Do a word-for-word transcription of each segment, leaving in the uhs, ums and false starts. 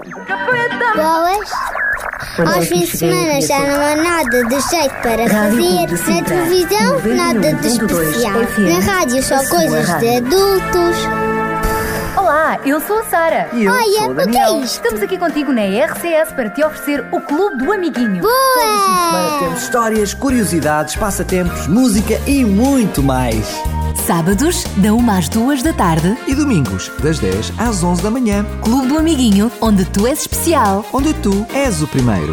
Boas. Aos fins de semana já não há nada de jeito para fazer. Na televisão, nada de especial. Na rádio, só coisas de adultos. Olá, eu sou a Sara. E eu Olha, sou o o que Daniel. é isto? Estamos aqui contigo na R C S para te oferecer o Clube do Amiguinho. Semana Boa! temos histórias, curiosidades, passatempos, música e muito mais. Sábados, da uma às duas da tarde, E domingos, das dez às onze da manhã, Clube do Amiguinho, onde tu és especial. onde tu és o primeiro.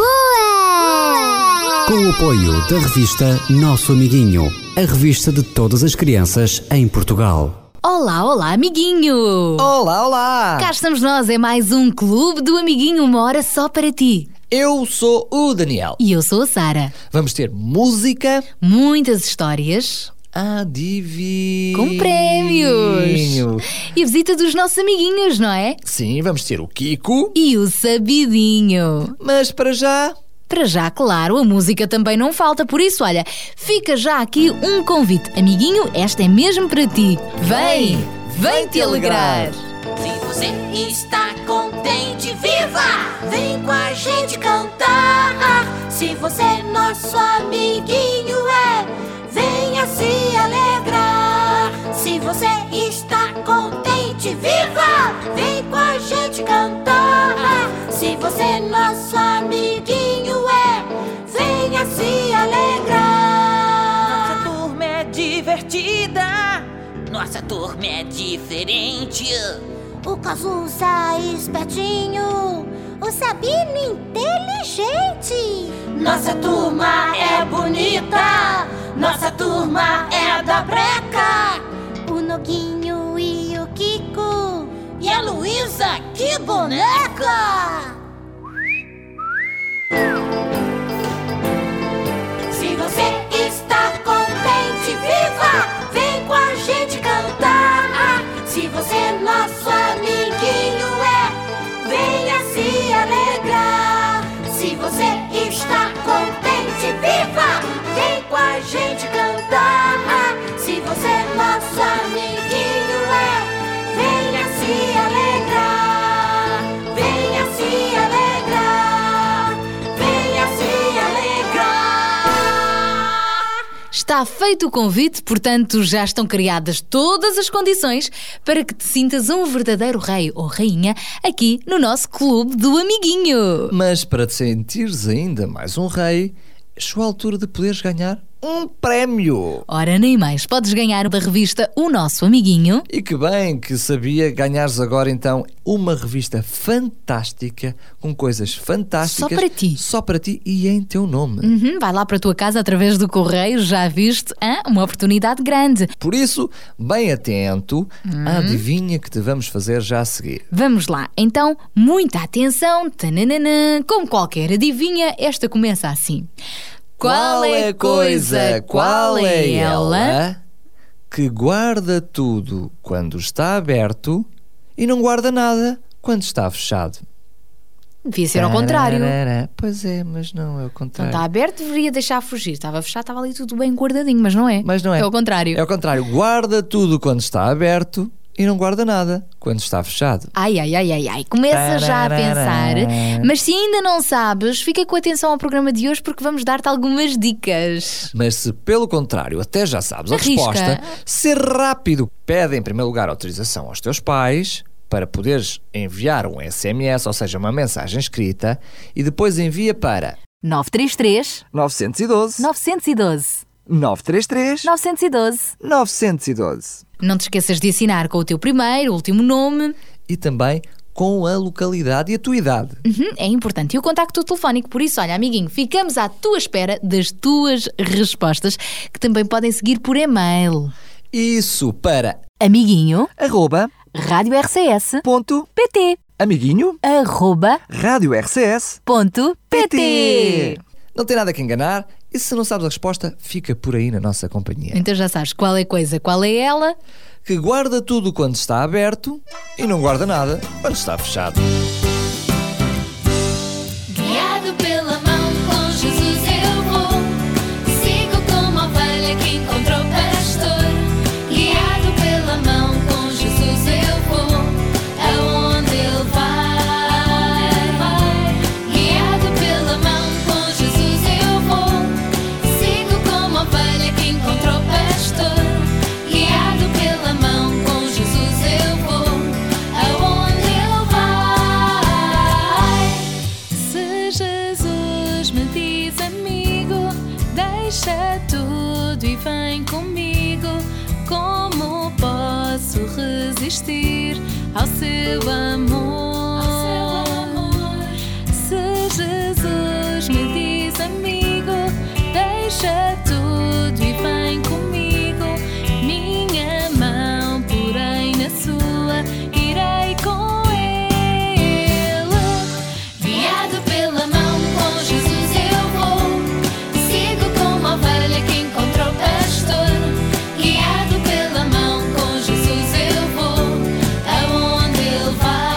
Boa! Com o apoio da revista Nosso Amiguinho, a revista de todas as crianças em Portugal. Olá, olá, amiguinho! Olá, olá! Cá estamos nós, é mais um Clube do Amiguinho, uma hora só para ti. Eu sou o Daniel. E eu sou a Sara. Vamos ter música, Muitas histórias adivinho. com prémios. E a visita dos nossos amiguinhos, não é? Sim, vamos ter o Kiko. E o Sabidinho. Mas para já, Para já, claro, a música também não falta, por isso, olha, fica já aqui um convite. Amiguinho, esta é mesmo para ti. Vem, vem te alegrar. Se você está contente, viva! Vem com a gente cantar. Se você nosso amiguinho é, venha se alegrar. Se você está contente, viva! Vem com a gente cantar. Se você nosso amiguinho é, venha se alegrar. Nossa turma é divertida. Nossa turma é diferente. O Cazuza espertinho, o Sabino inteligente. Nossa turma é bonita, nossa turma é da breca. O Noguinho e o Kiko, e a Luísa, que boneca! Se você está contente, viva! Vem com a gente cantar. Se você nosso amiguinho é, venha se alegrar. Se você está contente, viva! Vem com a gente cantar. Se você nosso amiguinho é, venha se alegrar. Venha se alegrar. Venha se alegrar. Está feito o convite, portanto já estão criadas todas as condições para que te sintas um verdadeiro rei ou rainha aqui no nosso Clube do Amiguinho. mas para te sentires ainda mais um rei, chegou a altura de poderes ganhar um prémio. Ora, nem mais, podes ganhar da revista O Nosso Amiguinho. E que bem que sabia ganhares agora então uma revista fantástica, com coisas fantásticas. Só para ti. Só para ti e em teu nome. Uhum, vai lá para a tua casa através do correio, já viste? Hã? Uma oportunidade grande. Por isso, bem atento à adivinha que te vamos fazer já a seguir. Vamos lá, então, muita atenção. Tananana. Como qualquer adivinha, esta começa assim. Qual é a coisa, qual é ela que guarda tudo quando está aberto e não guarda nada quando está fechado? Devia ser ao contrário. Tararara. Pois é, mas não é o Então contrário. está aberto, deveria deixar fugir. Estava fechado, estava ali tudo bem guardadinho, mas não é. Mas não é. É o contrário. É o contrário. Guarda tudo quando está aberto e não guarda nada quando está fechado. Ai, ai, ai, ai, ai. Começa já a pensar. Mas se ainda não sabes, fica com atenção ao programa de hoje porque vamos dar-te algumas dicas. Mas se pelo contrário até já sabes a Arrisca. resposta, ser rápido. Pede em primeiro lugar autorização aos teus pais para poderes enviar um S M S, ou seja, uma mensagem escrita, e depois envia para nove três três, nove um dois, nove um dois, nove três três, nove um dois. nove um dois. Não te esqueças de assinar com o teu primeiro, último nome. E também com a localidade e a tua idade. Uhum, é importante. E o contacto telefónico. Por isso, olha, amiguinho, ficamos à tua espera das tuas respostas, que também podem seguir por e-mail. Isso para Amiguinho, arroba rádio r c s ponto pt. amiguinho Arroba rádio r c s ponto pt. Não tem nada que enganar e se não sabes a resposta, fica por aí na nossa companhia. Então já sabes qual é a coisa, qual é ela. Que guarda tudo quando está aberto e não guarda nada quando está fechado. Guiado pela mão, com Jesus eu vou. Sigo como a ovelha que encontrou pastor. Guiado pela mão, com Jesus eu vou. Aonde ele vai. resistir ao seu amor. Se Jesus me diz amigo, deixa tudo e vem comigo. Minha mão porém na sua, irei com ele. Guiado pela mão, com Jesus eu vou. Sigo como a ovelha que encontrou pastor. Guiado pela mão, com Jesus eu vou. Aonde ele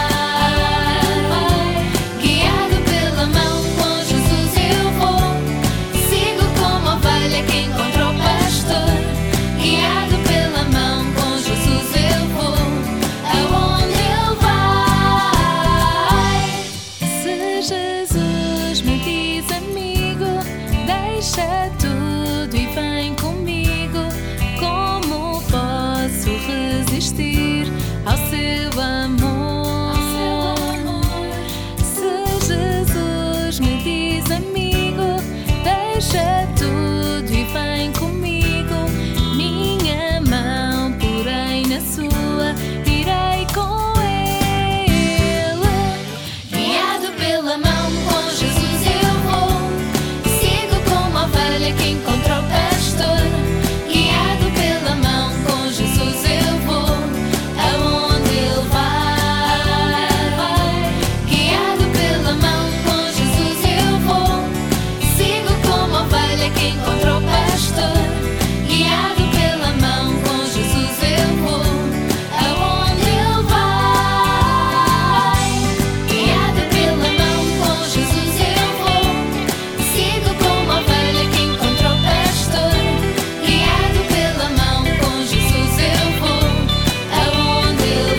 vai. Guiado pela mão, com Jesus eu vou. Sigo como a ovelha que encontrou pastor. Guiado pela mão, com Jesus eu vou. Aonde ele vai. Se Jesus me diz amigo, deixa tudo e vem comigo. Como posso resistir ao seu amor? Se Jesus me diz amigo, deixa tudo e vem comigo. Minha mão porém na sua, irei com ele. Guiado pela mão, com Jesus eu vou. Sigo como a ovelha que encontrou pastor. Guiado pela mão, com Jesus eu vou. Aonde ele vai. Guiado pela mão, com Jesus eu vou. Sigo como a ovelha que encontrou pastor. Guiado pela mão, com Jesus eu vou. Aonde ele vai. Guiado pela mão, com Jesus eu vou. Sigo como a ovelha que encontrou pastor. Guiado pela mão, com Jesus eu vou. Aonde ele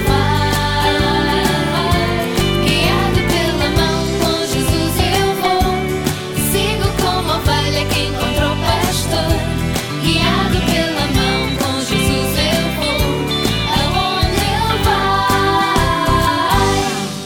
vai. Guiado pela mão, com Jesus eu vou. Sigo como a ovelha que encontrou pastor. Guiado pela mão, com Jesus eu vou. Aonde ele vai.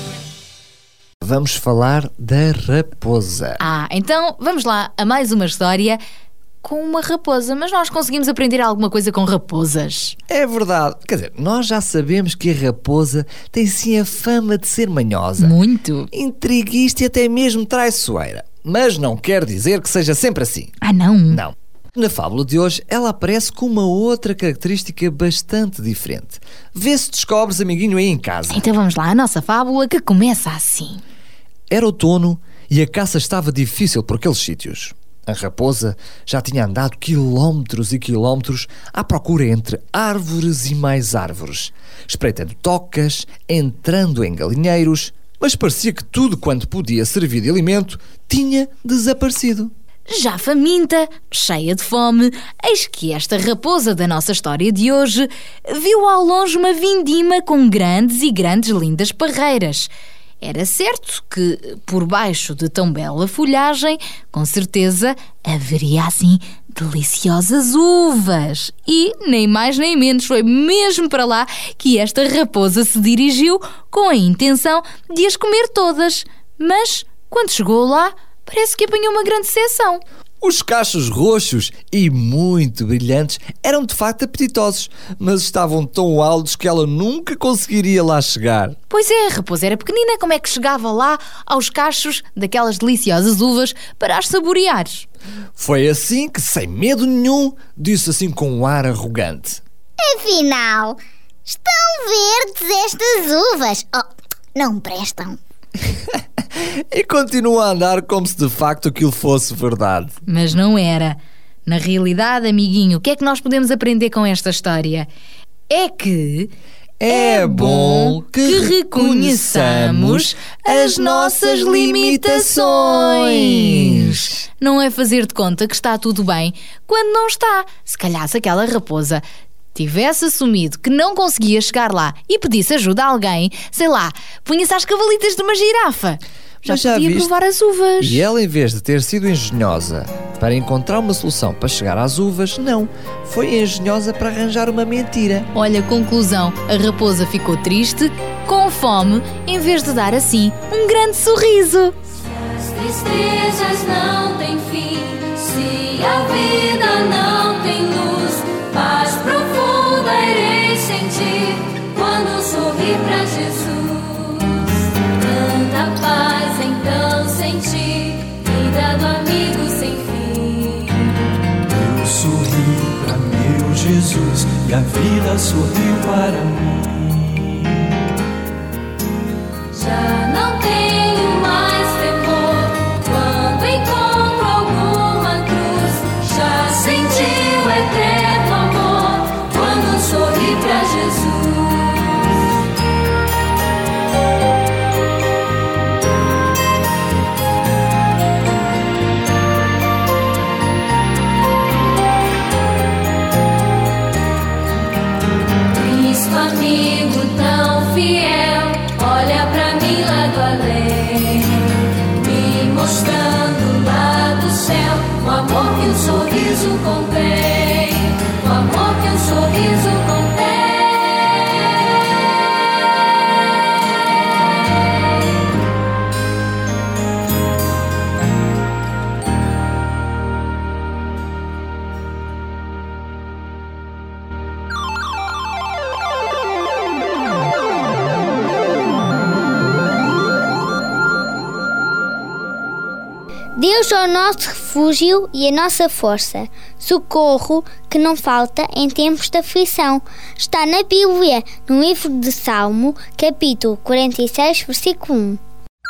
Vamos falar da raposa. Ah, então vamos lá a mais uma história com uma raposa. Mas nós conseguimos aprender alguma coisa com raposas? É verdade. Quer dizer, nós já sabemos que a raposa tem sim a fama de ser manhosa, Muito. intriguista e até mesmo traiçoeira. Mas não quer dizer que seja sempre assim. Ah, não? Não. Na fábula de hoje, ela aparece com uma outra característica bastante diferente. Vê se descobres, amiguinho, aí em casa. Então vamos lá, a nossa fábula que começa assim. Era outono e a caça estava difícil por aqueles sítios. A raposa já tinha andado quilómetros e quilómetros à procura entre árvores e mais árvores, espreitando tocas, entrando em galinheiros, mas parecia que tudo quanto podia servir de alimento tinha desaparecido. Já faminta, cheia de fome, eis que esta raposa da nossa história de hoje viu ao longe uma vindima com grandes e grandes lindas parreiras. Era certo que, por baixo de tão bela folhagem, com certeza haveria assim deliciosas uvas. E, nem mais nem menos, foi mesmo para lá que esta raposa se dirigiu com a intenção de as comer todas. Mas, quando chegou lá, parece que apanhou uma grande decepção. Os cachos roxos e muito brilhantes eram de facto apetitosos, mas estavam tão altos que ela nunca conseguiria lá chegar. Pois é, a raposa era pequenina, como é que chegava lá aos cachos daquelas deliciosas uvas para as saborear? Foi assim que, sem medo nenhum, disse assim com um ar arrogante: Afinal, estão verdes estas uvas. Oh, não prestam. E continua a andar como se de facto aquilo fosse verdade. Mas não era. Na realidade, amiguinho, o que é que nós podemos aprender com esta história? É que É bom que reconheçamos as nossas limitações. Não é fazer de conta que está tudo bem quando não está. Se calhar se aquela raposa tivesse assumido que não conseguia chegar lá e pedisse ajuda a alguém, sei lá, punha-se às cavalitas de uma girafa, já, Mas já podia viste? provar as uvas. E ela, em vez de ter sido engenhosa para encontrar uma solução para chegar às uvas, não, foi engenhosa para arranjar uma mentira. Olha, conclusão, a raposa ficou triste, com fome, em vez de dar assim um grande sorriso. As tristezas não têm fim, se a vida não tem luz, paz profunda irei sentir quando quando sorri pra Jesus. Tanta paz então senti, vida do amigo sem fim. Eu sorri pra meu Jesus e a vida sorriu para mim. Já não tenho mais temor quando encontro alguma cruz. Já senti o eterno amor quando sorri pra Jesus. Cristo amigo tão fiel, olha pra mim lá do além, me mostrando lá do céu o amor que um sorriso contém, o amor que um sorriso contém. Deus é o nosso refúgio e a nossa força, socorro que não falta em tempos de aflição. Está na Bíblia, no livro de Salmo, capítulo quarenta e seis, versículo um.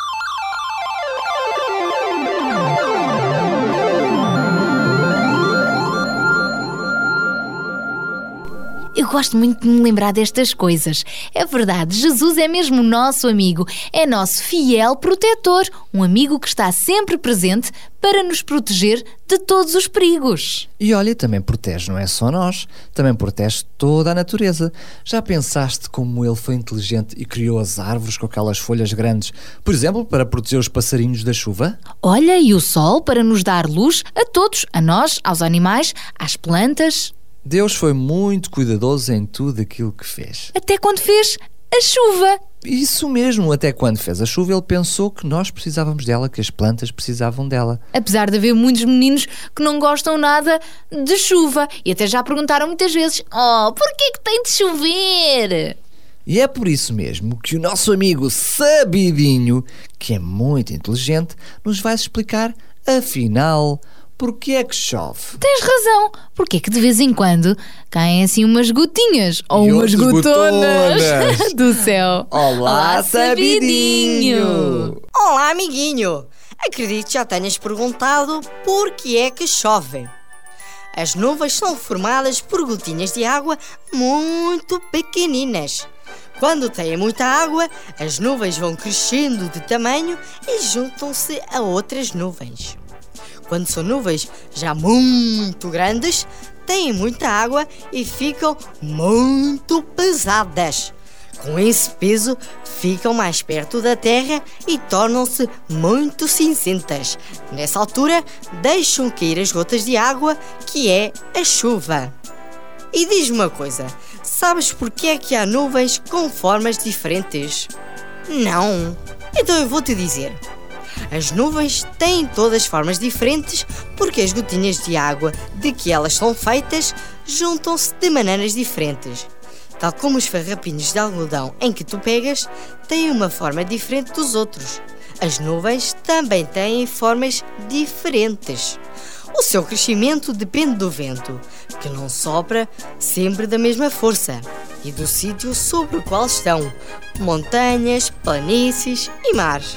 Eu gosto muito de me lembrar destas coisas. É verdade, Jesus é mesmo nosso amigo, é nosso fiel protetor, um amigo que está sempre presente para nos proteger de todos os perigos. E olha, também protege, não é só nós, também protege toda a natureza. Já pensaste como ele foi inteligente e criou as árvores com aquelas folhas grandes, por exemplo, para proteger os passarinhos da chuva? Olha, e o sol para nos dar luz a todos, a nós, aos animais, às plantas. Deus foi muito cuidadoso em tudo aquilo que fez. Até quando fez a chuva. Isso mesmo, até quando fez a chuva ele pensou que nós precisávamos dela, que as plantas precisavam dela. Apesar de haver muitos meninos que não gostam nada de chuva e até já perguntaram muitas vezes: oh, porquê que tem de chover? E é por isso mesmo que o nosso amigo Sabidinho, que é muito inteligente, nos vai explicar, afinal, porquê é que chove. Tens razão, porque é que de vez em quando caem assim umas gotinhas ou E umas outras gotonas gotonas. do céu. Olá, Sabidinho! Olá, amiguinho! Acredito que já tenhas perguntado por que é que chove. As nuvens são formadas por gotinhas de água muito pequeninas. Quando têm muita água, as nuvens vão crescendo de tamanho e juntam-se a outras nuvens. Quando são nuvens já muito grandes, têm muita água e ficam muito pesadas. Com esse peso, ficam mais perto da terra e tornam-se muito cinzentas. Nessa altura, deixam cair as gotas de água, que é a chuva. E diz-me uma coisa, sabes porquê é que há nuvens com formas diferentes? Não? Então eu vou-te dizer. As nuvens têm todas formas diferentes porque as gotinhas de água de que elas são feitas juntam-se de maneiras diferentes. Tal como os farrapinhos de algodão em que tu pegas têm uma forma diferente dos outros. As nuvens também têm formas diferentes. O seu crescimento depende do vento, que não sopra sempre da mesma força, e do sítio sobre o qual estão, montanhas, planícies e mares.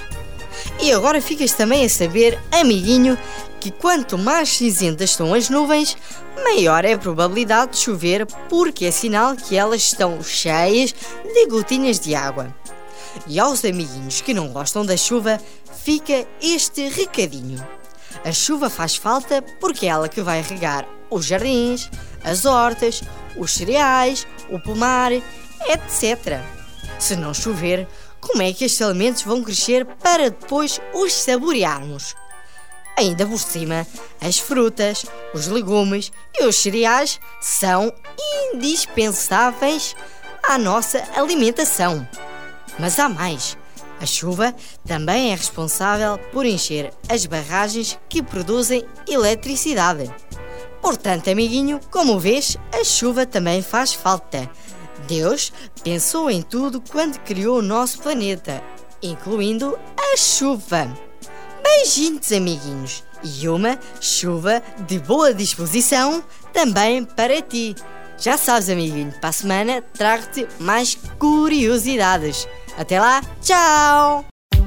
E agora ficas também a saber, amiguinho, que quanto mais cinzentas estão as nuvens, maior é a probabilidade de chover, porque é sinal que elas estão cheias de gotinhas de água. E aos amiguinhos que não gostam da chuva, fica este recadinho. A chuva faz falta porque é ela que vai regar os jardins, as hortas, os cereais, o pomar, etcétera. Se não chover, como é que estes alimentos vão crescer para depois os saborearmos? Ainda por cima, as frutas, os legumes e os cereais são indispensáveis à nossa alimentação. Mas há mais. A chuva também é responsável por encher as barragens que produzem eletricidade. Portanto, amiguinho, como vês, a chuva também faz falta. Deus pensou em tudo quando criou o nosso planeta, incluindo a chuva. Beijinhos, amiguinhos, e uma chuva de boa disposição também para ti. Já sabes, amiguinho, para a semana trago-te mais curiosidades. Até lá, tchau!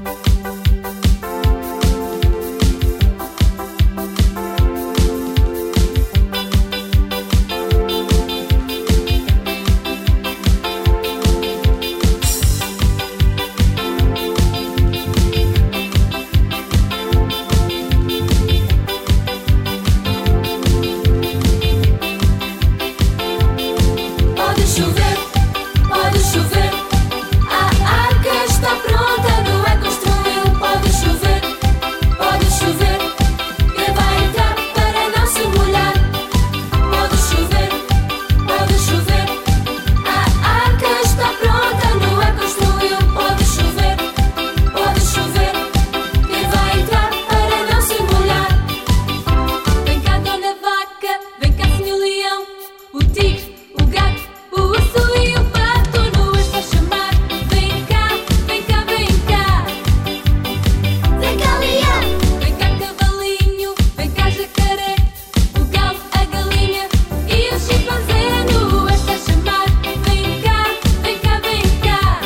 Pode chover, pode chover, a arca está pronta, Noé construiu. Pode chover, pode chover, quem vai entrar para não se molhar? Pode chover, pode chover, a arca está pronta, Noé construiu. Pode chover, pode chover, quem vai entrar para não se molhar? Vem cá, dona vaca, vem cá, senhor leão, o tigre, o gato, o urso e o pato, Noé está a chamar. Vem cá, vem cá, vem cá. Vem cá, leão. Vem cá, cavalinho. Vem cá, jacaré. O galo, a galinha e o chimpanzé, Noé está a chamar. Vem cá, vem cá, vem cá.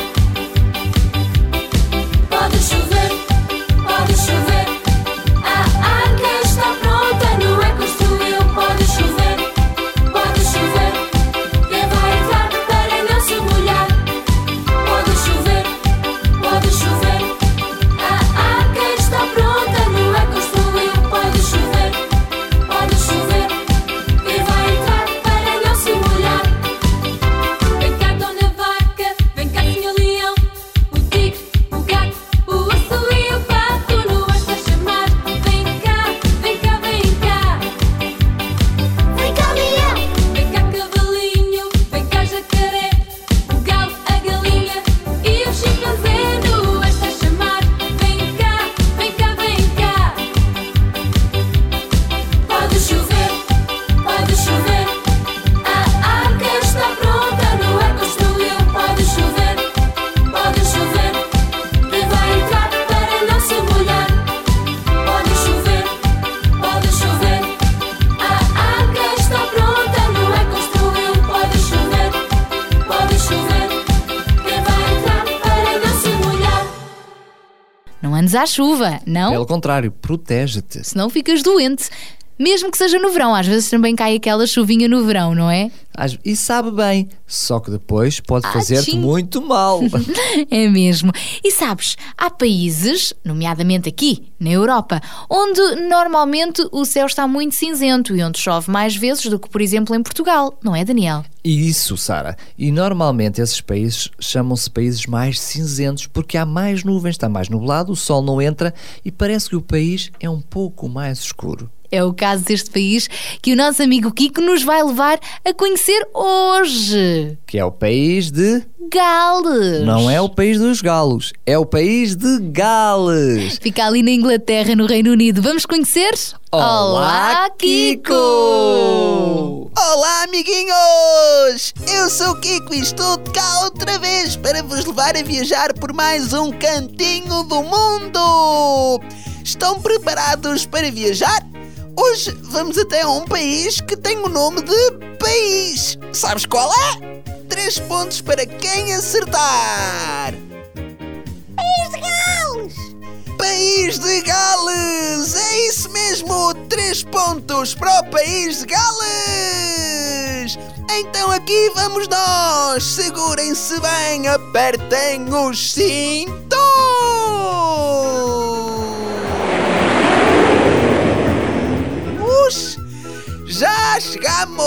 Pode chover, pode chover, a arca está pronta, Noé construiu. Pode chover, pode chover, quem vai entrar para não se molhar? Pode chover, pode chover, a arca está pronta, Noé construiu. Pode chover, pode chover, quem vai entrar para não se molhar? Vem cá, dona vaca, vem cá, senhor leão, o tigre, o gato, o urso e o pato, Noé está a chamar. Vem cá, vem cá, vem cá. Vem cá, leão. Vem cá, cavalinho. Vem cá, jacaré. O galo, a galinha e o chimpanzé, Noé está a chamar. Vem cá, vem cá, vem cá. Pode chover, pode chover, a arca está pronta, Noé construiu. Pode chover, pode chover, quem vai entrar para não se molhar? Pode chover, pode chover, a arca está pronta, Noé construiu. Pode chover, pode chover, quem vai entrar para não se molhar? Não andes à chuva, não? Pelo contrário, protege-te. Senão ficas doente. Mesmo que seja no verão, às vezes também cai aquela chuvinha no verão, não é? Às- E sabe bem, só que depois pode Ah, fazer-te sim. muito mal. É mesmo. E sabes, há países, nomeadamente aqui, na Europa, onde normalmente o céu está muito cinzento e onde chove mais vezes do que, por exemplo, em Portugal, não é, Daniel? Isso, Sara. E normalmente esses países chamam-se países mais cinzentos porque há mais nuvens, está mais nublado, o sol não entra e parece que o país é um pouco mais escuro. É o caso deste país que o nosso amigo Kiko nos vai levar a conhecer hoje. Que é o país de... Gales. Não é o país dos galos, é o país de Gales. Fica ali na Inglaterra, no Reino Unido. Vamos conhecer? Olá, Kiko! Olá, amiguinhos! Eu sou o Kiko e estou cá outra vez para vos levar a viajar por mais um cantinho do mundo! Estão preparados para viajar? Hoje vamos até a um país que tem o nome de país. Sabes qual é? Três pontos para quem acertar! País de Gales! País de Gales! É isso mesmo! Três pontos para o País de Gales! Então aqui vamos nós! Segurem-se bem, apertem os cintos! Us, já chegamos!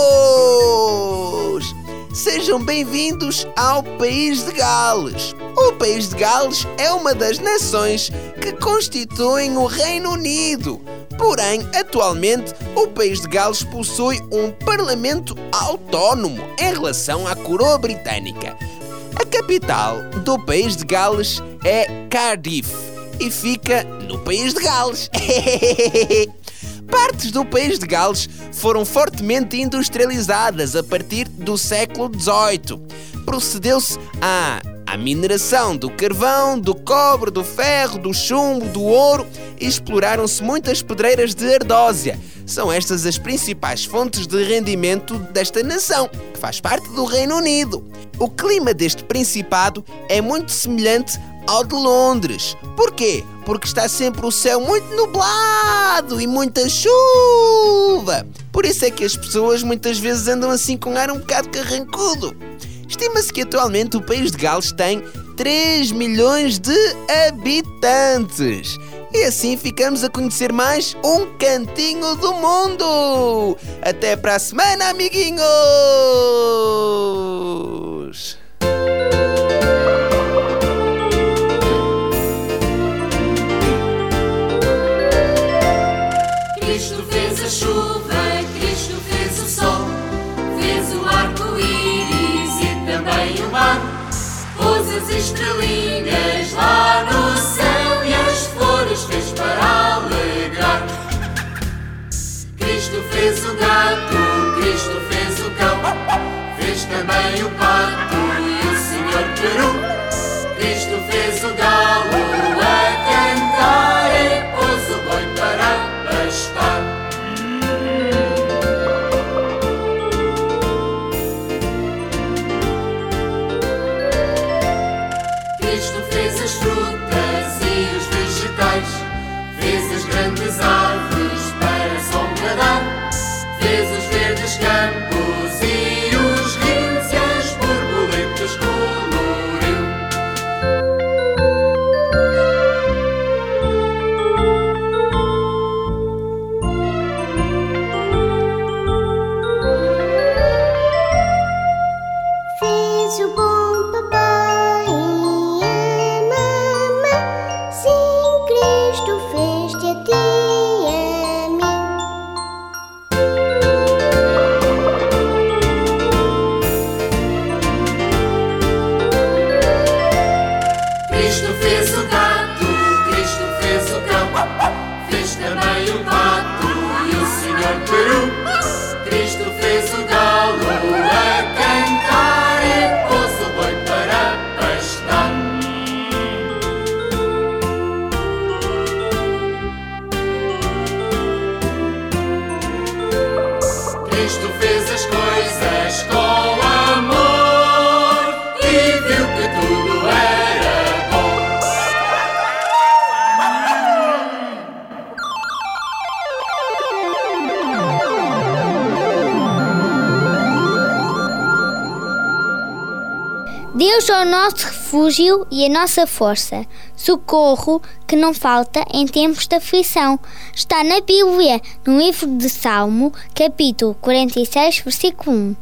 Sejam bem-vindos ao País de Gales. O País de Gales é uma das nações que constituem o Reino Unido. Porém, atualmente, o País de Gales possui um parlamento autónomo em relação à coroa britânica. A capital do País de Gales é Cardiff e fica no País de Gales. Partes do País de Gales foram fortemente industrializadas a partir do século dezoito. procedeu-se à, à mineração do carvão, do cobre, do ferro, do chumbo, do ouro e exploraram-se muitas pedreiras de ardósia. São estas as principais fontes de rendimento desta nação, que faz parte do Reino Unido. O clima deste principado é muito semelhante ao de Londres. Porquê? Porque está sempre o céu muito nublado e muita chuva. Por isso é que as pessoas muitas vezes andam assim com ar um bocado carrancudo. Estima-se que atualmente o país de Gales tem três milhões de habitantes. E assim ficamos a conhecer mais um cantinho do mundo. Até para a semana, amiguinhos! Cristo fez a chuva, Cristo fez o sol, fez o arco-íris e também o mar, pôs as estrelinhas lá no céu e as flores fez para alegrar. Cristo fez o gato, Cristo fez o cão, fez também o pato e o senhor peru. Cristo fez o galo a cantar e pôs o boi para pastar. Cristo fez as frutas e os vegetais, fez as grandes árvores para sombra dar, fez os verdes campos e os rios e as borboletas coloriu. Fez o bom papai e a mamãe, sim, Cristo fez-te a ti e a mim. Cristo fez o gato, Cristo fez o cão, fez também o pato e o senhor peru. Cristo fez o galo a cantar e pôs o boi para pastar. Cristo fez as coisas com amor e viu que tudo era bom. Deus é o nosso refúgio e a nossa força, socorro que não falta em tempos de aflição. Está na Bíblia, no livro de Salmo, capítulo quarenta e seis, versículo um.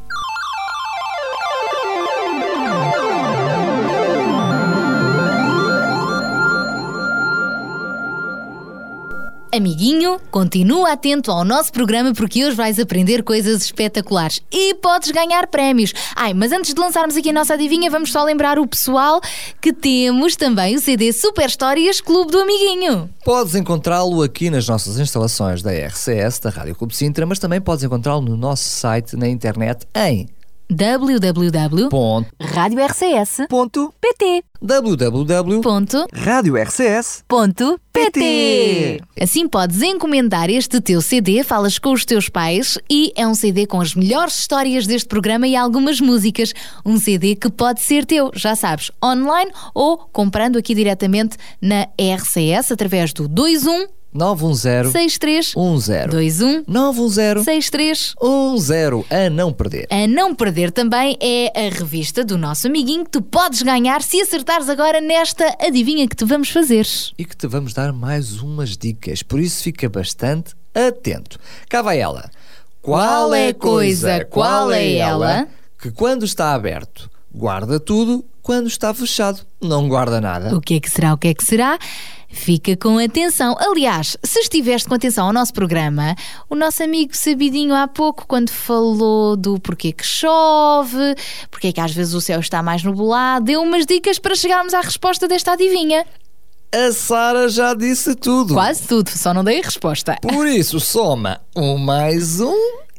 Amiguinho, continua atento ao nosso programa porque hoje vais aprender coisas espetaculares e podes ganhar prémios. Ai, mas antes de lançarmos aqui a nossa adivinha, vamos só lembrar o pessoal que temos também o C D Super Histórias Clube do Amiguinho. Podes encontrá-lo aqui nas nossas instalações da R C S, da Rádio Clube Sintra, mas também podes encontrá-lo no nosso site na internet em w w w ponto rádio r c s ponto p t w w w ponto rádio r c s ponto p t. Assim podes encomendar este teu C D, falas com os teus pais e é um C D com as melhores histórias deste programa e algumas músicas. Um C D que pode ser teu, já sabes, online ou comprando aqui diretamente na R C S através do dois um nove um zero seis três um zero dois um nove um zero seis três um zero. A não perder. A não perder também é a revista do nosso amiguinho que tu podes ganhar se acertares agora nesta adivinha que te vamos fazer. E que te vamos dar mais umas dicas, por isso fica bastante atento. Cá vai ela. Qual é a coisa, qual é ela, que quando está aberto guarda tudo, quando está fechado não guarda nada? O que é que será, o que é que será? Fica com atenção. Aliás, se estiveste com atenção ao nosso programa, o nosso amigo Sabidinho há pouco, quando falou do porquê que chove, porquê que às vezes o céu está mais nublado, deu umas dicas para chegarmos à resposta desta adivinha. A Sara já disse tudo. Quase tudo, só não dei a resposta. Por isso, soma um mais um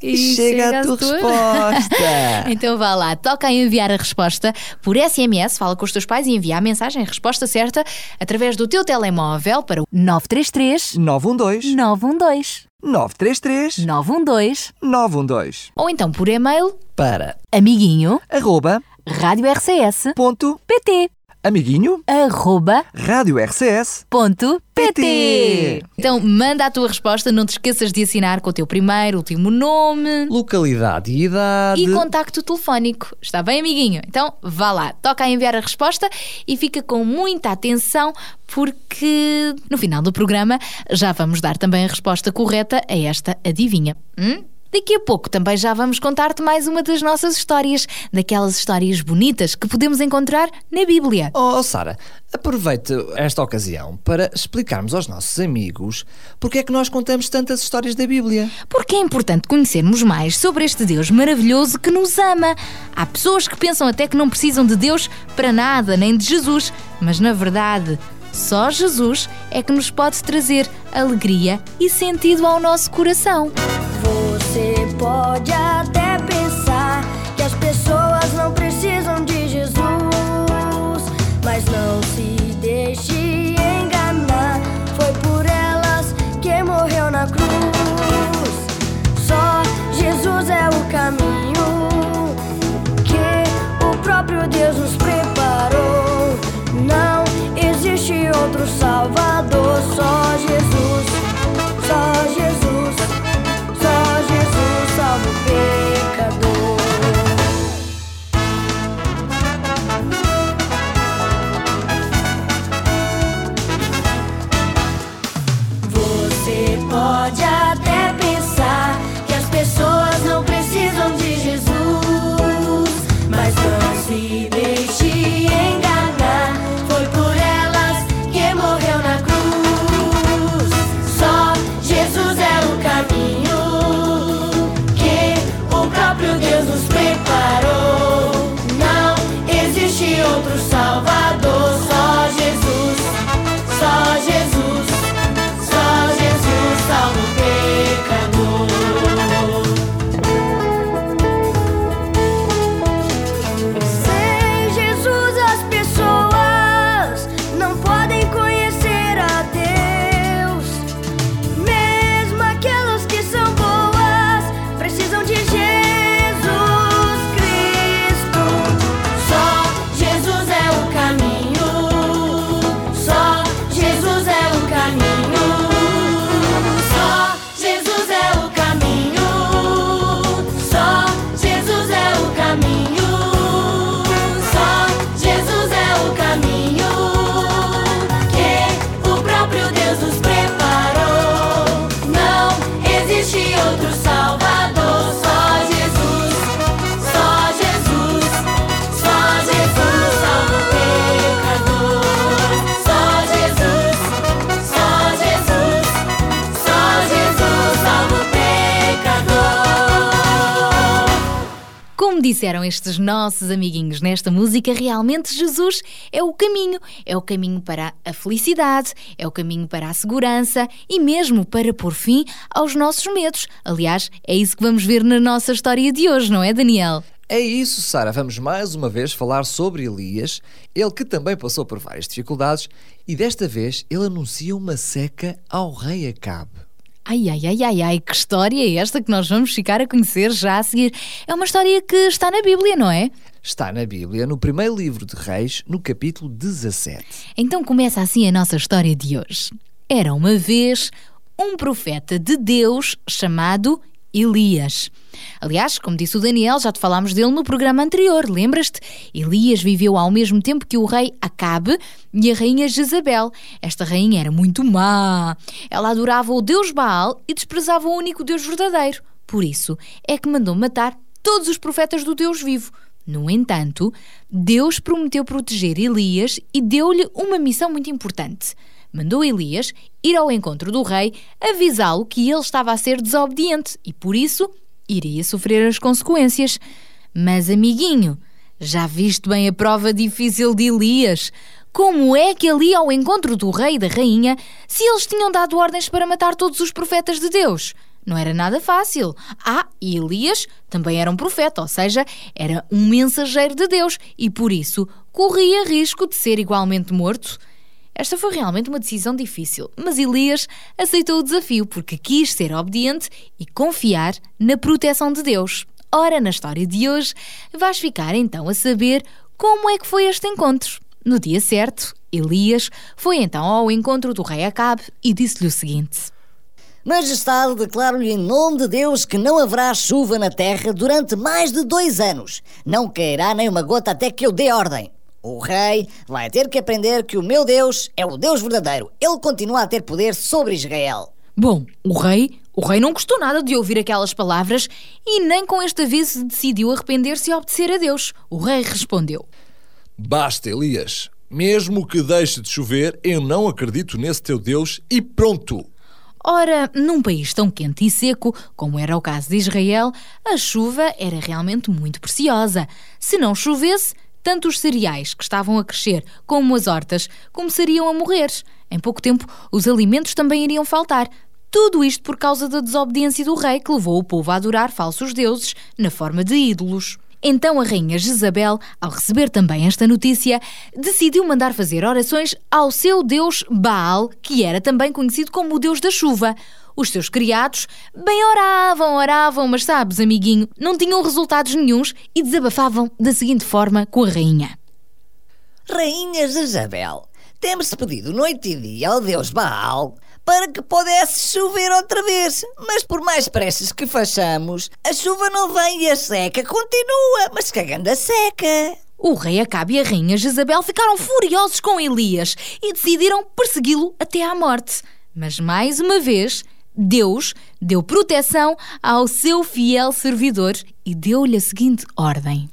E chega, chega a tua a tua- resposta. Então vá lá, toca a enviar a resposta por S M S, fala com os teus pais e envia a mensagem, a resposta certa, através do teu telemóvel para o nove três três, nove um dois, nove um dois, nove três três, nove um dois nove um dois. ou então por e-mail Para amiguinho Arroba rádio r c s ponto pt amiguinho arroba rádio r c s ponto pt. Então manda a tua resposta, não te esqueças de assinar com o teu primeiro, último nome localidade e idade. e contacto telefónico. Está bem, amiguinho? Então vá lá, toca a enviar a resposta e fica com muita atenção porque no final do programa já vamos dar também a resposta correta a esta adivinha. Hum? Daqui a pouco também já vamos contar-te mais uma das nossas histórias, daquelas histórias bonitas que podemos encontrar na Bíblia. Oh, Sara, aproveite esta ocasião para explicarmos aos nossos amigos porque é que nós contamos tantas histórias da Bíblia. Porque é importante conhecermos mais sobre este Deus maravilhoso que nos ama. Há pessoas que pensam até que não precisam de Deus para nada, nem de Jesus, mas na verdade, só Jesus é que nos pode trazer alegria e sentido ao nosso coração. Você pode até pensar que as pessoas não precisam de Jesus, mas não se deixe enganar. Foi por elas que morreu na cruz. Só Jesus é o caminho que o próprio Deus nos preparou. Não existe outro Salvador, só Jesus, só Jesus, só Jesus salva o pecador. Você pode até pensar que as pessoas não precisam de Jesus, mas não se deixe enganar. Foi por elas que morreu na cruz. Só Jesus é o caminho que o próprio Deus nos preparou. Não existe outro Salvador, só Jesus, só Jesus, só Jesus salva o pecador. Sem Jesus as pessoas não podem conhecer a Deus. Mesmo aquelas que são boas precisam de Jesus Cristo. Só Jesus é o caminho, só Jesus é o caminho, só Jesus é o caminho, só Jesus é o caminho, só Jesus é o caminho que o próprio Deus nos preparou. Não existe outro Salvador, só Jesus, só Jesus, só Jesus salva o pecador. Só Jesus, só Jesus, só Jesus salva o pecador. Como disseram estes nossos amiguinhos nesta música, realmente Jesus é o caminho. É o caminho para a felicidade, é o caminho para a segurança e mesmo para pôr fim aos nossos medos. Aliás, é isso que vamos ver na nossa história de hoje, não é, Daniel? É isso, Sara. Vamos mais uma vez falar sobre Elias, ele que também passou por várias dificuldades e desta vez ele anuncia uma seca ao rei Acabe. Ai, ai, ai, ai, ai, que história é esta que nós vamos ficar a conhecer já a seguir? É uma história que está na Bíblia, não é? Está na Bíblia, no primeiro livro de Reis, no capítulo dezassete. Então começa assim a nossa história de hoje. Era uma vez um profeta de Deus chamado Elias. Aliás, como disse o Daniel, já te falámos dele no programa anterior, lembras-te? Elias viveu ao mesmo tempo que o rei Acabe e a rainha Jezabel. Esta rainha era muito má. Ela adorava o Deus Baal e desprezava o único Deus verdadeiro. Por isso é que mandou matar todos os profetas do Deus vivo. No entanto, Deus prometeu proteger Elias e deu-lhe uma missão muito importante. Mandou Elias ir ao encontro do rei, avisá-lo que ele estava a ser desobediente e, por isso, iria sofrer as consequências. Mas, amiguinho, já viste bem a prova difícil de Elias? Como é que ele ia ao encontro do rei e da rainha se eles tinham dado ordens para matar todos os profetas de Deus? Não era nada fácil. Ah, e Elias também era um profeta, ou seja, era um mensageiro de Deus e, por isso, corria risco de ser igualmente morto. Esta foi realmente uma decisão difícil, mas Elias aceitou o desafio porque quis ser obediente e confiar na proteção de Deus. Ora, na história de hoje, vais ficar então a saber como é que foi este encontro. No dia certo, Elias foi então ao encontro do rei Acabe e disse-lhe o seguinte: Majestade, declaro-lhe em nome de Deus que não haverá chuva na terra durante mais de dois anos. Não cairá nem uma gota até que eu dê ordem. O rei vai ter que aprender que o meu Deus é o Deus verdadeiro. Ele continua a ter poder sobre Israel. Bom, o rei, o rei não gostou nada de ouvir aquelas palavras e nem com este aviso decidiu arrepender-se e obedecer a Deus. O rei respondeu: Basta, Elias. Mesmo que deixe de chover, eu não acredito nesse teu Deus e pronto. Ora, num país tão quente e seco, como era o caso de Israel, a chuva era realmente muito preciosa. Se não chovesse, tanto os cereais que estavam a crescer como as hortas começariam a morrer. Em pouco tempo, os alimentos também iriam faltar. Tudo isto por causa da desobediência do rei que levou o povo a adorar falsos deuses na forma de ídolos. Então a rainha Jezabel, ao receber também esta notícia, decidiu mandar fazer orações ao seu deus Baal, que era também conhecido como o deus da chuva. Os seus criados bem oravam, oravam, mas sabes, amiguinho, não tinham resultados nenhuns e desabafavam da seguinte forma com a rainha: Rainha Jezabel, temos pedido noite e dia ao deus Baal para que pudesse chover outra vez. Mas por mais preces que façamos, a chuva não vem e a seca continua, mas cagando a seca. O rei Acabe e a rainha Jezabel ficaram furiosos com Elias e decidiram persegui-lo até à morte. Mas mais uma vez, Deus deu proteção ao seu fiel servidor e deu-lhe a seguinte ordem: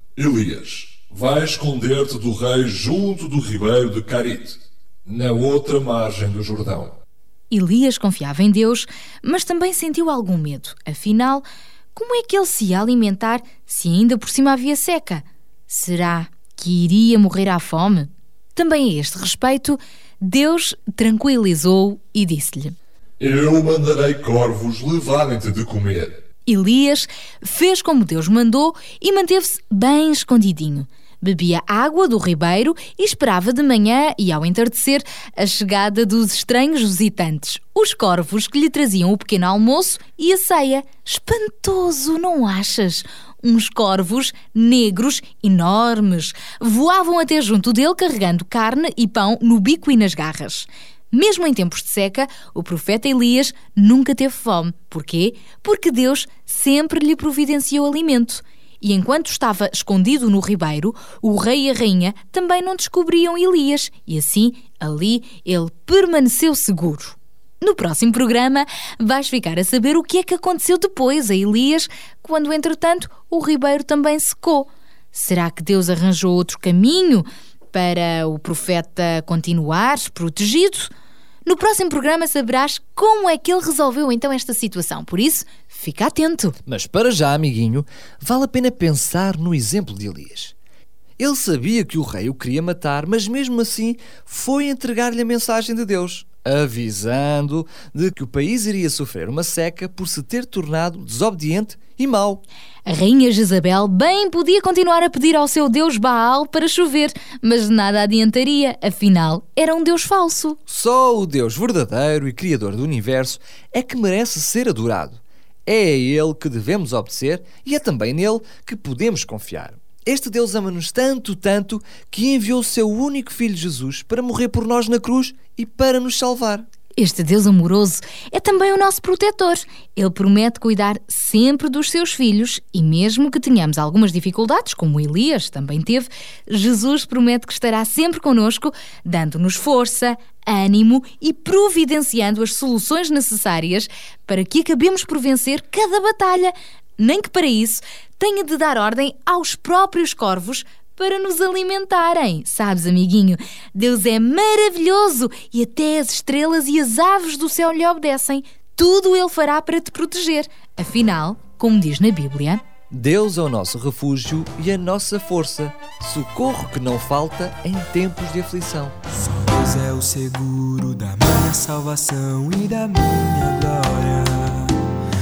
Elias, vai esconder-te do rei junto do ribeiro de Carite, na outra margem do Jordão. Elias confiava em Deus, mas também sentiu algum medo. Afinal, como é que ele se ia alimentar se ainda por cima havia seca? Será que iria morrer à fome? Também a este respeito, Deus tranquilizou-o e disse-lhe: Eu mandarei corvos levarem-te de comer. Elias fez como Deus mandou e manteve-se bem escondidinho. Bebia água do ribeiro e esperava de manhã e ao entardecer a chegada dos estranhos visitantes, os corvos que lhe traziam o pequeno almoço e a ceia. Espantoso, não achas? Uns corvos negros enormes voavam até junto dele carregando carne e pão no bico e nas garras. Mesmo em tempos de seca, o profeta Elias nunca teve fome. Porquê? Porque Deus sempre lhe providenciou alimento. E enquanto estava escondido no ribeiro, o rei e a rainha também não descobriam Elias e assim, ali, ele permaneceu seguro. No próximo programa vais ficar a saber o que é que aconteceu depois a Elias, quando entretanto o ribeiro também secou. Será que Deus arranjou outro caminho para o profeta continuar protegido? No próximo programa saberás como é que ele resolveu então esta situação. Por isso, fica atento. Mas para já, amiguinho, vale a pena pensar no exemplo de Elias. Ele sabia que o rei o queria matar, mas mesmo assim foi entregar-lhe a mensagem de Deus, avisando de que o país iria sofrer uma seca por se ter tornado desobediente e mau. A rainha Jezabel bem podia continuar a pedir ao seu deus Baal para chover, mas nada adiantaria, afinal, era um deus falso. Só o Deus verdadeiro e criador do universo é que merece ser adorado. É a Ele que devemos obedecer e é também nele que podemos confiar. Este Deus ama-nos tanto, tanto, que enviou o seu único filho Jesus para morrer por nós na cruz e para nos salvar. Este Deus amoroso é também o nosso protetor. Ele promete cuidar sempre dos seus filhos e mesmo que tenhamos algumas dificuldades, como Elias também teve, Jesus promete que estará sempre connosco, dando-nos força, ânimo e providenciando as soluções necessárias para que acabemos por vencer cada batalha, nem que para isso tenha de dar ordem aos próprios corvos para nos alimentarem. Sabes, amiguinho, Deus é maravilhoso e até as estrelas e as aves do céu lhe obedecem. Tudo Ele fará para te proteger. Afinal, como diz na Bíblia, Deus é o nosso refúgio e a nossa força, socorro que não falta em tempos de aflição. Deus é o seguro da minha salvação e da minha glória.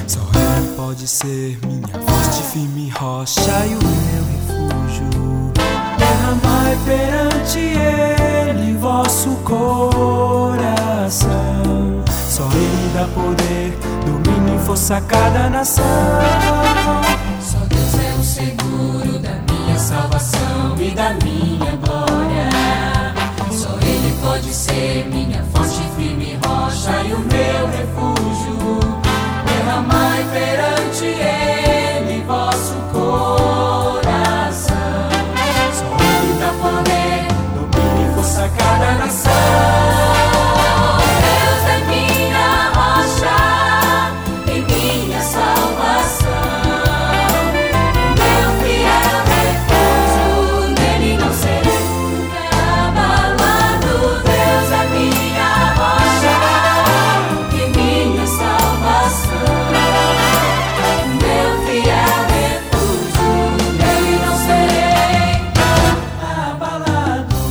pode ser minha forte, firme rocha e o meu refúgio. Derramai perante Ele vosso coração. Só Ele dá poder, domínio e força a cada nação. Só Deus é o seguro da minha salvação e da minha glória. Só Ele pode ser minha forte, firme rocha e o meu refúgio. Derramai perante Ele vosso coração. Só Ele dá poder, domínio e força a cada nação. Deus é minha rocha e minha salvação. Meu fiel refúgio, nele não serei nunca abalado. Deus é minha rocha e minha salvação. Meu fiel refúgio, nele não serei abalado.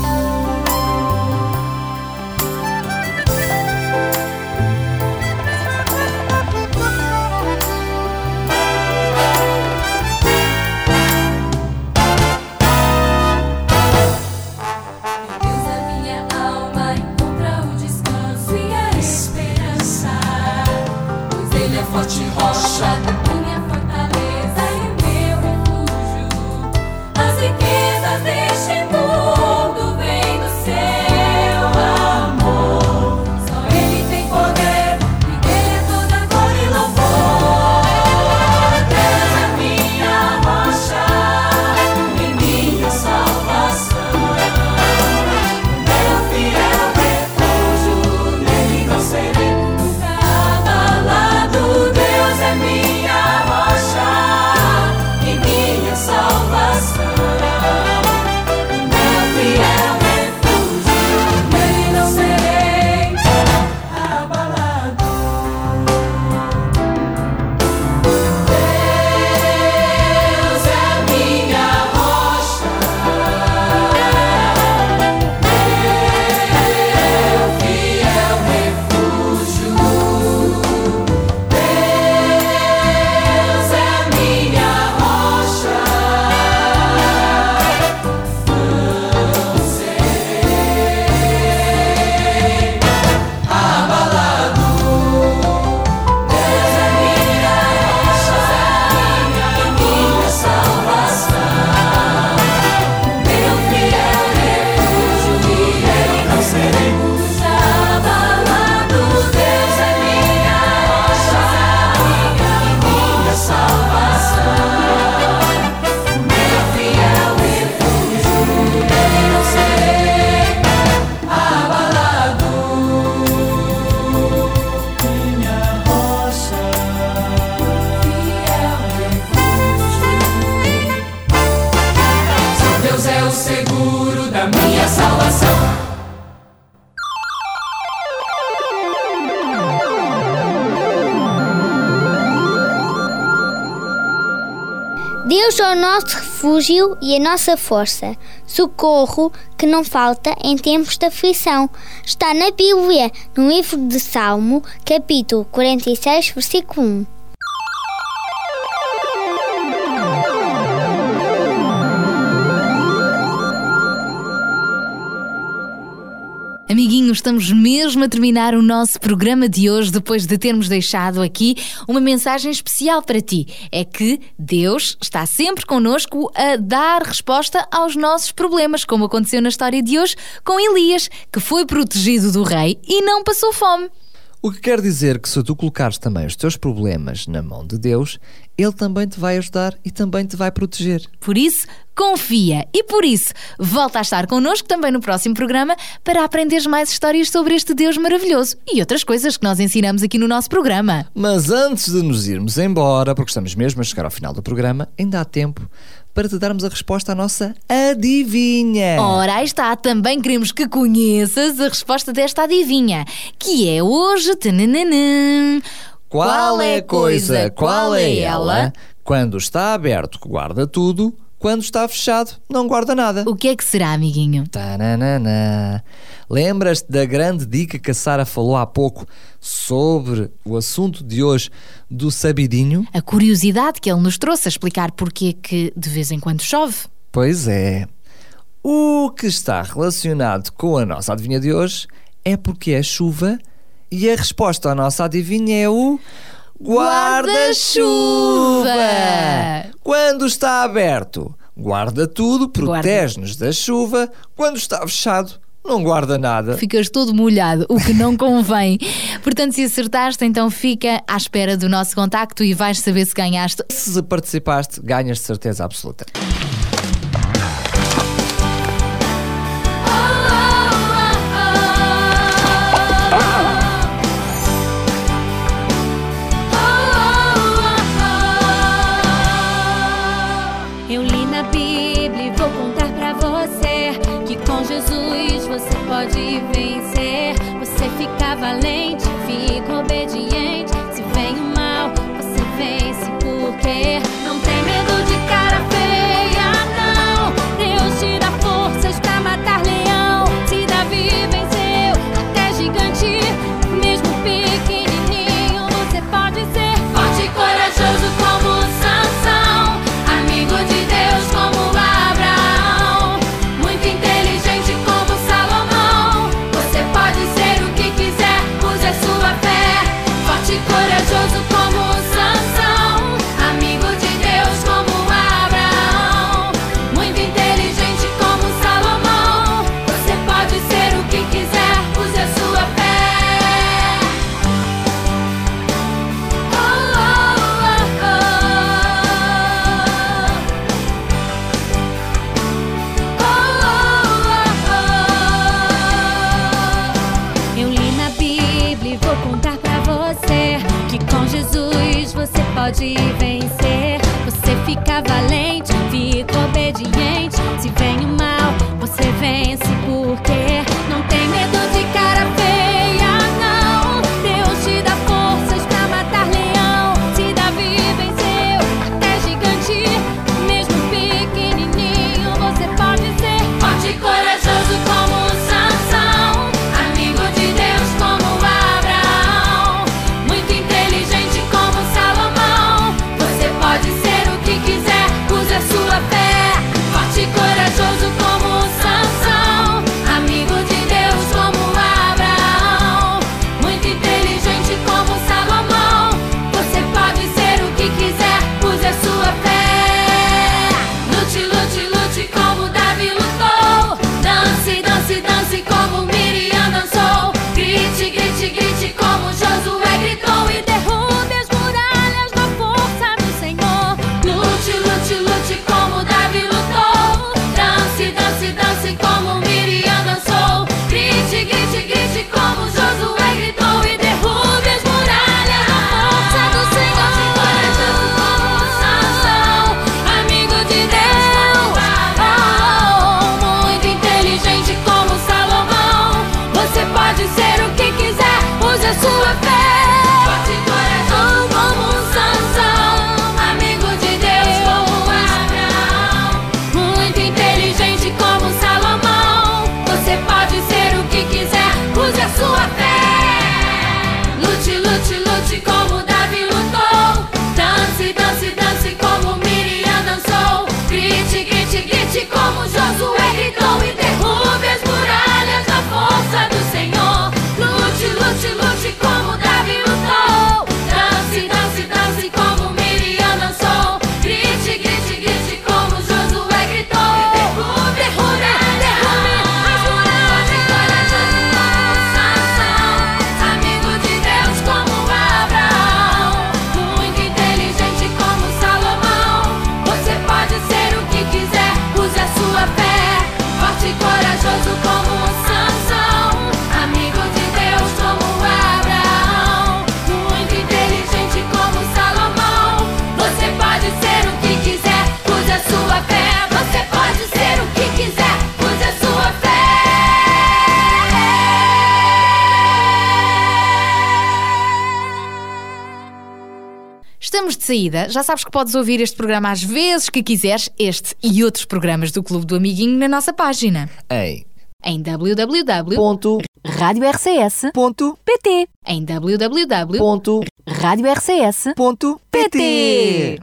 Deus é minha alma, encontra o descanso e a esperança. Pois Ele é forte rocha, minha fortaleza e o meu refúgio. As riquezas deste mundo vêm do seu amor. Só Ele tem poder e dele é toda glória e louvor. Deus é minha rocha e minha salvação. Meu fiel refúgio, nele não serei nunca abalado. Deus é minha rocha e minha salvação. Meu fiel refúgio, nele não serei abalado. Deus é minha rocha, meu fiel refúgio. Deus é minha rocha, não serei abalado. Deus é minha rocha e minha salvação. Meu fiel refúgio, e Ele não serei abalado. Deus é minha rocha e minha salvação. Meu fiel refúgio, Ele não serei abalado. Minha rocha, Fiel refúgio. Só Deus é o seguro da minha salvação. Deus é o nosso refúgio e a nossa força, socorro que não falta em tempos de aflição. Está na Bíblia, no livro de Salmo, capítulo quarenta e seis, versículo um. Amiguinhos, estamos mesmo a terminar o nosso programa de hoje depois de termos deixado aqui uma mensagem especial para ti. É que Deus está sempre connosco a dar resposta aos nossos problemas, como aconteceu na história de hoje com Elias, que foi protegido do rei e não passou fome. O que quer dizer que se tu colocares também os teus problemas na mão de Deus, Ele também te vai ajudar e também te vai proteger. Por isso, confia. E por isso, volta a estar connosco também no próximo programa para aprenderes mais histórias sobre este Deus maravilhoso e outras coisas que nós ensinamos aqui no nosso programa. Mas antes de nos irmos embora, porque estamos mesmo a chegar ao final do programa, ainda há tempo para te darmos a resposta à nossa adivinha. Ora, aí está. Também queremos que conheças a resposta desta adivinha, que é hoje... Tananana, qual é a coisa, qual é ela, quando está aberto que guarda tudo, quando está fechado, não guarda nada. O que é que será, amiguinho? Tananana. Lembras-te da grande dica que a Sara falou há pouco sobre o assunto de hoje do sabidinho? A curiosidade que ele nos trouxe a explicar porque que de vez em quando chove. Pois é. O que está relacionado com a nossa adivinha de hoje é porque é chuva e a resposta à nossa adivinha é o guarda-chuva. Quando está aberto, guarda tudo, protege-nos da chuva. Quando está fechado, não guarda nada. Ficas todo molhado, o que não convém. Portanto, se acertaste, então fica à espera do nosso contacto e vais saber se ganhaste. Se participaste, ganhas de certeza absoluta. Eu li na Bíblia e vou contar pra você que com Jesus você pode vencer. Você fica valente, fica obediente. Se vem o mal, você vence porque não tem medo de cara feia, não. Deus te dá forças pra matar leão. Se Davi venceu até gigante, mesmo pequenininho, você pode ser forte e corajoso como Sansão, amigo de Deus como Abraão, muito inteligente como Salomão. Você pode ser o que quiser, use a sua fé. Forte e corajoso como Sansão, amigo de Deus como Abraão, muito inteligente como Salomão. Você pode ser o que quiser, use a sua fé. Oh, oh, oh, oh. Eu li na Bíblia e vou contar pra você que com Jesus você pode vencer. Você fica valente, fica obediente. Se vem o mal, você vence porque não tem medo de cara feia, não. Deus te dá forças pra matar leão. Se Davi venceu até gigante, mesmo pequenininho, você pode ser forte e corajoso como Sansão, amigo de Deus como Abraão, muito inteligente como Salomão. Você pode ser o que quiser, use a sua fé. Forte e corajoso como Sansão, amigo de Deus como Abraão, muito inteligente como Salomão. Você pode ser o que quiser, use a sua fé. Lute, lute, lute como Davi lutou. Dance, dance, dance como Miriam dançou. Grite, grite, grite como Josué gritou. E derrube as muralhas na força do Senhor. Lute, lute, lute como Davi lutou. Dance, dance, dance como Miriam dançou. Grite, grite, grite como Josué gritou. E derrube as muralhas na força do Senhor. Corajoso como Sansão, amigo de Deus, oh, muito inteligente como Salomão. Você pode ser o que quiser, Estamos de saída. Já sabes que podes ouvir este programa às vezes que quiseres, este e outros programas do Clube do Amiguinho na nossa página. Em Em w w w ponto rádio r c s ponto p t Em w w w ponto rádio r c s ponto p t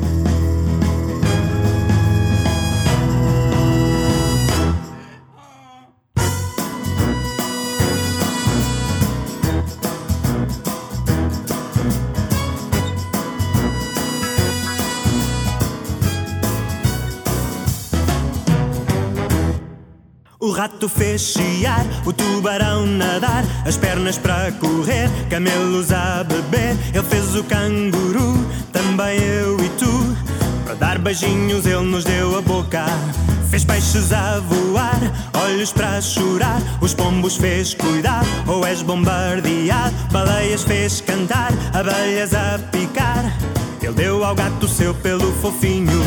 O rato fez chiar, o tubarão nadar, as pernas para correr, camelos a beber. Ele fez o canguru, também eu e tu. Para dar beijinhos ele nos deu a boca. Fez peixes a voar, olhos para chorar. Os pombos fez cuidar, ou és bombardeado. Baleias fez cantar, abelhas a picar. Ele deu ao gato o seu pelo fofinho.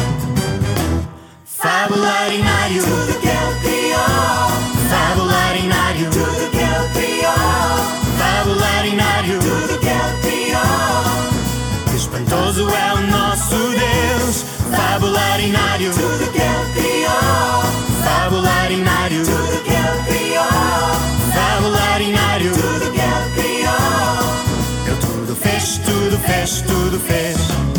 Fabularinário, tudo que ele criou. Fabularinário, tudo que ele criou. Fabularinário, tudo que ele criou. Espantoso é o nosso Deus. Fabularinário, tudo que ele criou. Fabularinário, tudo que ele criou. Fabularinário, tudo que ele criou. Ele tudo fez, tudo fez, tudo fez.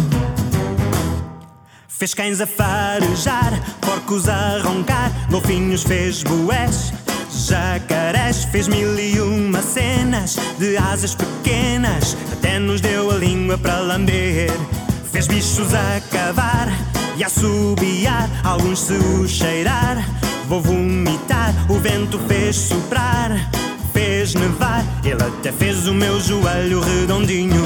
Fez cães a farejar, porcos a roncar, golfinhos fez bués, jacarés. Fez mil e uma cenas de asas pequenas, até nos deu a língua para lamber. Fez bichos a cavar e a assobiar, alguns se o cheirar. Vou vomitar, o vento fez soprar, fez nevar. Ele até fez o meu joelho redondinho.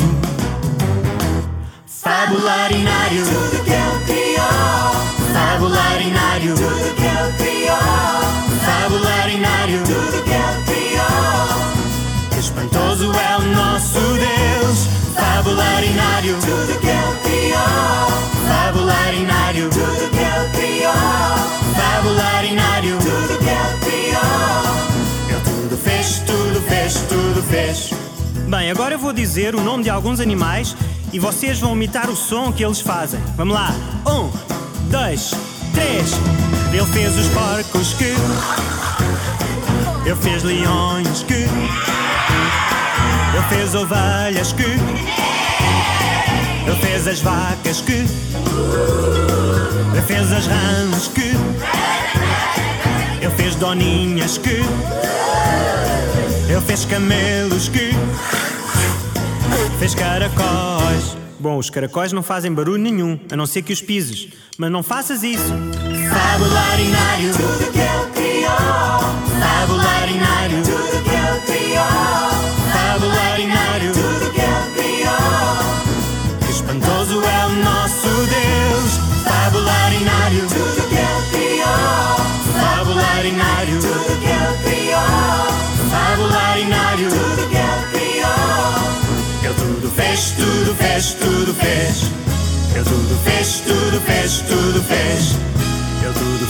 Fabularinário, tudo que ele criou. Fabularinário, tudo que ele criou. Fabularinário, tudo que ele criou. Espantoso é o nosso Deus. Fabularinário, tudo que ele criou. Fabularinário, tudo que ele criou. Fabularinário, tudo que ele criou. Ele tudo fez, tudo fez, tudo fez. Bem, agora eu vou dizer o nome de alguns animais e vocês vão imitar o som que eles fazem. Vamos lá. Um, dois, três. Ele fez os porcos que... Ele fez leões que... Ele fez ovelhas que... Ele fez as vacas que... Ele fez as rãs que... Ele fez doninhas que... Ele fez camelos que... Fez caracóis. Bom, os caracóis não fazem barulho nenhum, a não ser que os pises. Mas não faças isso. Fabularinário, tudo que ele criou. Fabularinário, tudo que ele criou. Fabularinário, tudo que ele criou. Espantoso é o nosso Deus. Fabularinário, tudo que ele criou. Fabularinário, tudo que ele criou. Fabularinário, tudo que ele criou. Ele tudo fez, tudo fez, tudo fez. Ele tudo fez, tudo fez, tudo fez. Ele tudo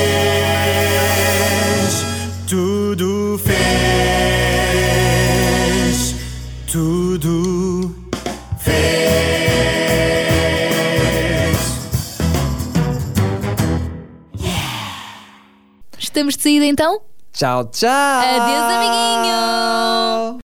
fez, tudo fez, tudo fez. Estamos de saída então? Tchau, tchau. Adeus, amiguinho.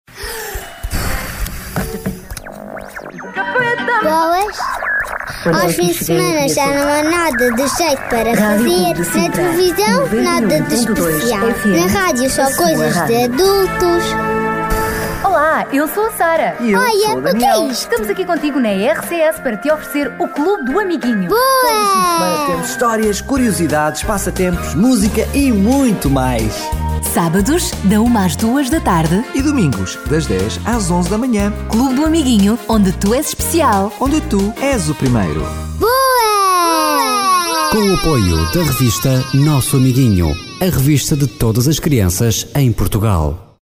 Boas. Aos fins de semana já não há nada de jeito para fazer. Na televisão, nada de especial. Na rádio, só coisas de adultos. Olá, eu sou a Sara. E eu Olha, sou o que é isto? Estamos aqui contigo na R C S para te oferecer o Clube do Amiguinho. Boa! Temos histórias, curiosidades, passatempos, música e muito mais. Sábados, da uma às duas da tarde. E domingos, das dez às onze da manhã. Clube do Amiguinho, onde tu és especial. Onde tu és o primeiro. Boa! Com o apoio da revista Nosso Amiguinho, a revista de todas as crianças em Portugal.